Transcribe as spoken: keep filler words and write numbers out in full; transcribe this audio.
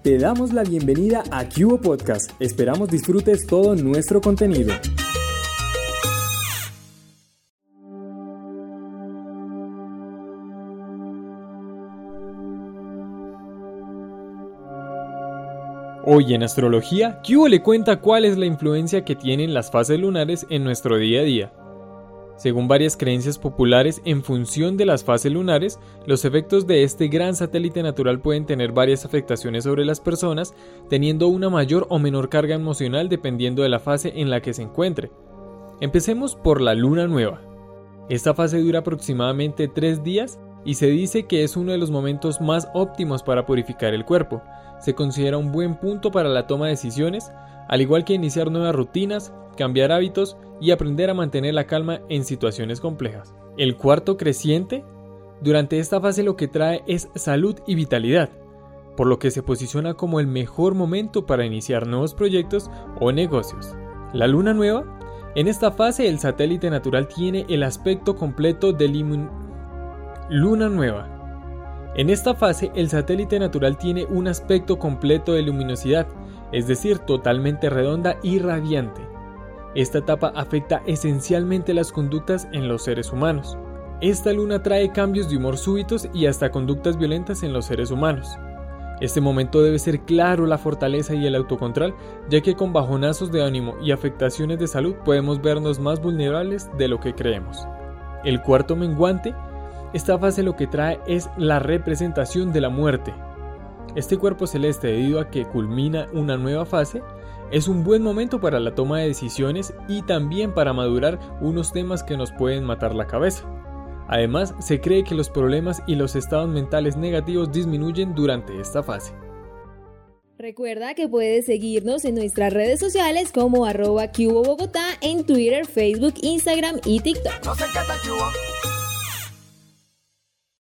Te damos la bienvenida a Cubo Podcast. Esperamos disfrutes todo nuestro contenido. Hoy en astrología, Cubo le cuenta cuál es la influencia que tienen las fases lunares en nuestro día a día. Según varias creencias populares, en función de las fases lunares, los efectos de este gran satélite natural pueden tener varias afectaciones sobre las personas, teniendo una mayor o menor carga emocional dependiendo de la fase en la que se encuentre. Empecemos por la luna nueva. Esta fase dura aproximadamente tres días y se dice que es uno de los momentos más óptimos para purificar el cuerpo. Se considera un buen punto para la toma de decisiones, al igual que iniciar nuevas rutinas, cambiar hábitos y aprender a mantener la calma en situaciones complejas. El cuarto creciente, durante esta fase lo que trae es salud y vitalidad, por lo que se posiciona como el mejor momento para iniciar nuevos proyectos o negocios. La luna nueva, en esta fase el satélite natural tiene el aspecto completo de limun... luna nueva. En esta fase el satélite natural tiene un aspecto completo de luminosidad, es decir, totalmente redonda y radiante. Esta etapa afecta esencialmente las conductas en los seres humanos. Esta luna trae cambios de humor súbitos y hasta conductas violentas en los seres humanos. Este momento debe ser claro la fortaleza y el autocontrol, ya que con bajonazos de ánimo y afectaciones de salud podemos vernos más vulnerables de lo que creemos. El cuarto menguante, esta fase lo que trae es la representación de la muerte. Este cuerpo celeste, debido a que culmina una nueva fase, es un buen momento para la toma de decisiones y también para madurar unos temas que nos pueden matar la cabeza. Además, se cree que los problemas y los estados mentales negativos disminuyen durante esta fase. Recuerda que puedes seguirnos en nuestras redes sociales como arroba Cubo Bogotá en Twitter, Facebook, Instagram y TikTok. No se encanta Cubo.